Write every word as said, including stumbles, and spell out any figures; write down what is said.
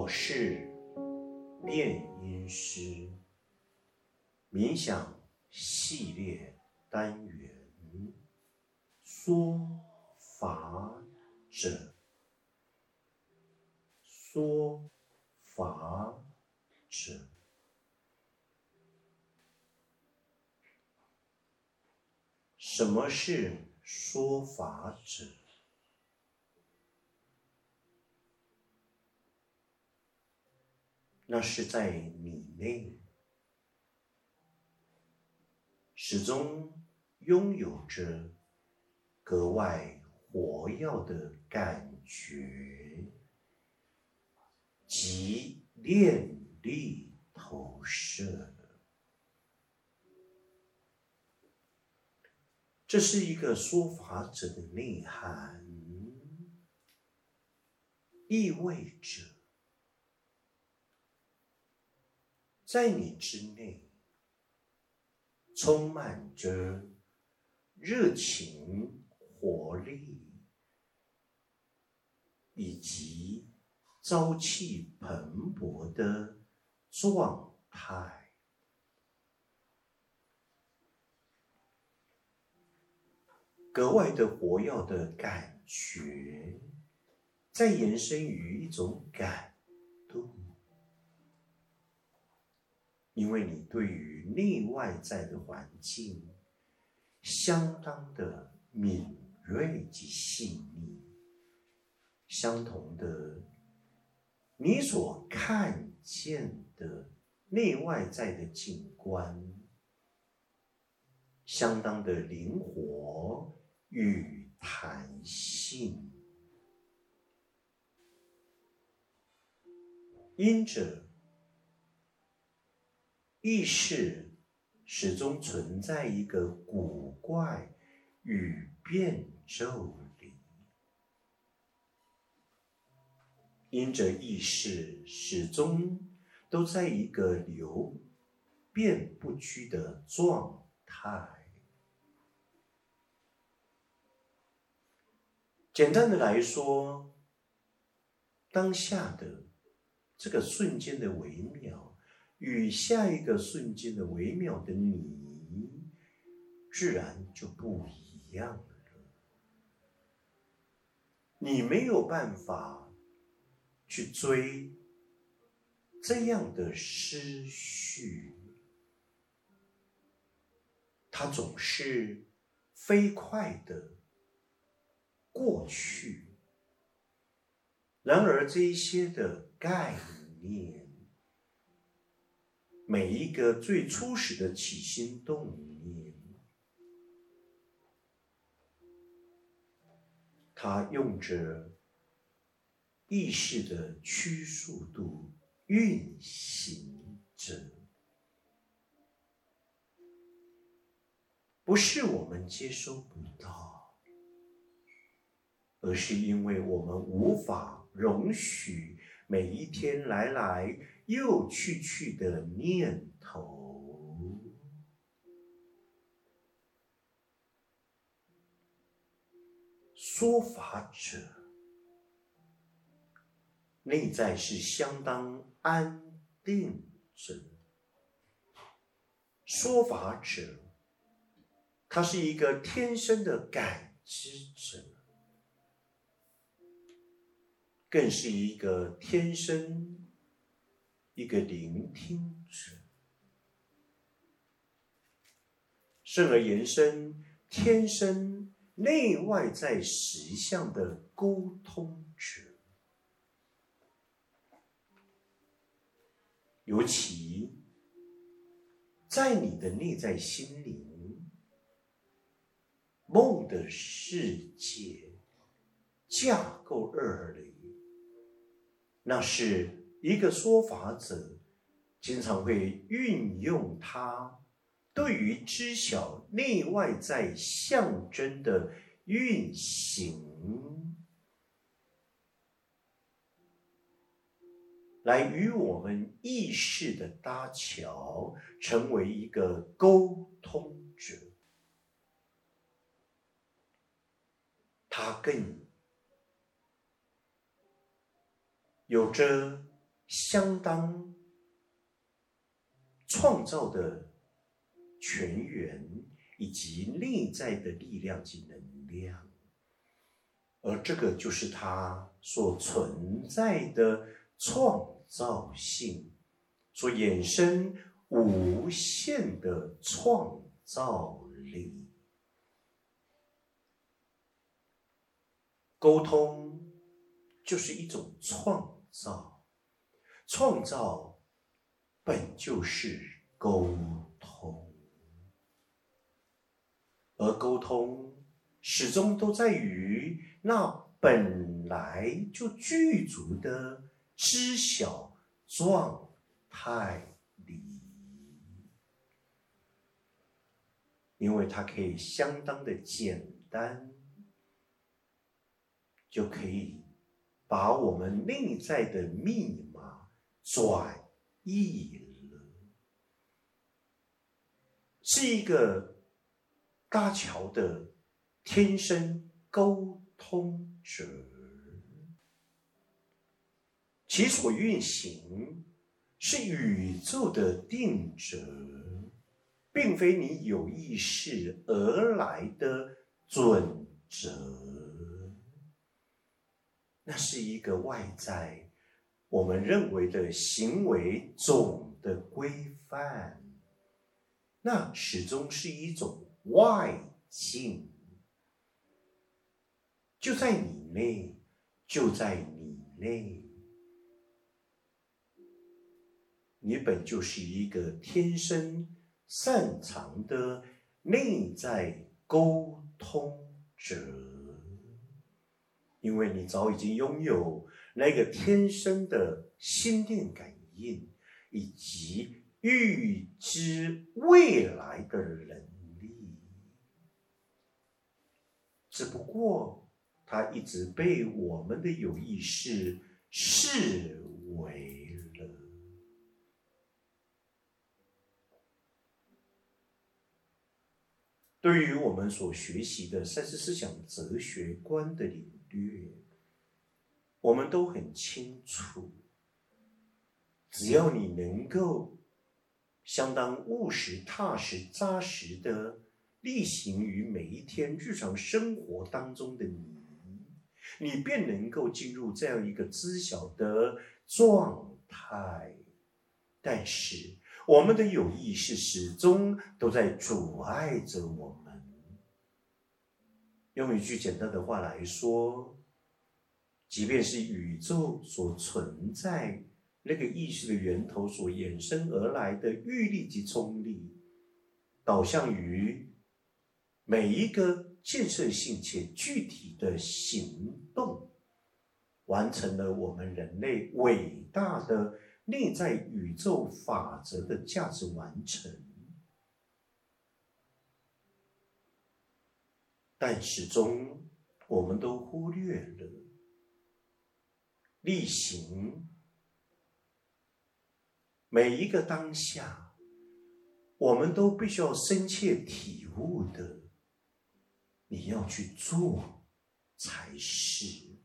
我是辩音师冥想系列单元说法者，说法者。什么是说法者？那是在你内始终拥有着格外活跃的感觉及念力投射。这是一个说法者的内涵，意味着在你之内充满着热情、活力以及朝气蓬勃的状态。格外的活跃的感觉，再延伸于一种感动，因为你对于内外在的环境相当的敏锐及细腻，相同的，你所看见的内外在的景观相当的灵活与弹性，因着意识始终存在一个古怪与变骤里，因着意识始终都在一个流变不居的状态。简单的来说，当下的这个瞬间的微妙与下一个瞬间的微妙的你，自然就不一样了。你没有办法去追这样的思绪，它总是飞快的过去。然而这一些的概念，每一个最初始的起心动念，它用着意识的趋速度运行着，不是我们接收不到，而是因为我们无法容许每一天来来又去去的念头。说法者内在是相当安定着，说法者他是一个天生的感知者，更是一个天生一个聆听者，甚而延伸天生内外在实相的沟通者。尤其在你的内在心灵梦的世界架构二里，那是一个说法者经常会运用它对于知晓内外在象征的运行，来与我们意识的搭桥，成为一个沟通者。它更有着相当创造的泉源以及内在的力量及能量，而这个就是它所存在的创造性，所衍生无限的创造力。沟通就是一种创造，创造本就是沟通，而沟通始终都在于那本来就具足的知晓状态里，因为它可以相当的简单，就可以把我们内在的密码转译了，是一个搭桥的天生沟通者，其所运行是宇宙的定则，并非你有意识而来的准则。那是一个外在我们认为的行为总的规范，那始终是一种外境，就在你内，就在你内。你本就是一个天生擅长的内在沟通者，因为你早已经拥有那个天生的心电感应，以及预知未来的能力。只不过，它一直被我们的有意识视为了。对于我们所学习的三十思想哲学观的领略，我们都很清楚，只要你能够相当务实、踏实、扎实的力行于每一天日常生活当中的你，你便能够进入这样一个知晓的状态。但是我们的有意识始终都在阻碍着我们。用一句简单的话来说，即便是宇宙所存在那个意识的源头所衍生而来的欲力及冲力，导向于每一个建设性且具体的行动，完成了我们人类伟大的内在宇宙法则的价值完成。但始终我们都忽略了力行每一个当下，我们都必须要深切体悟的，你要去做才是。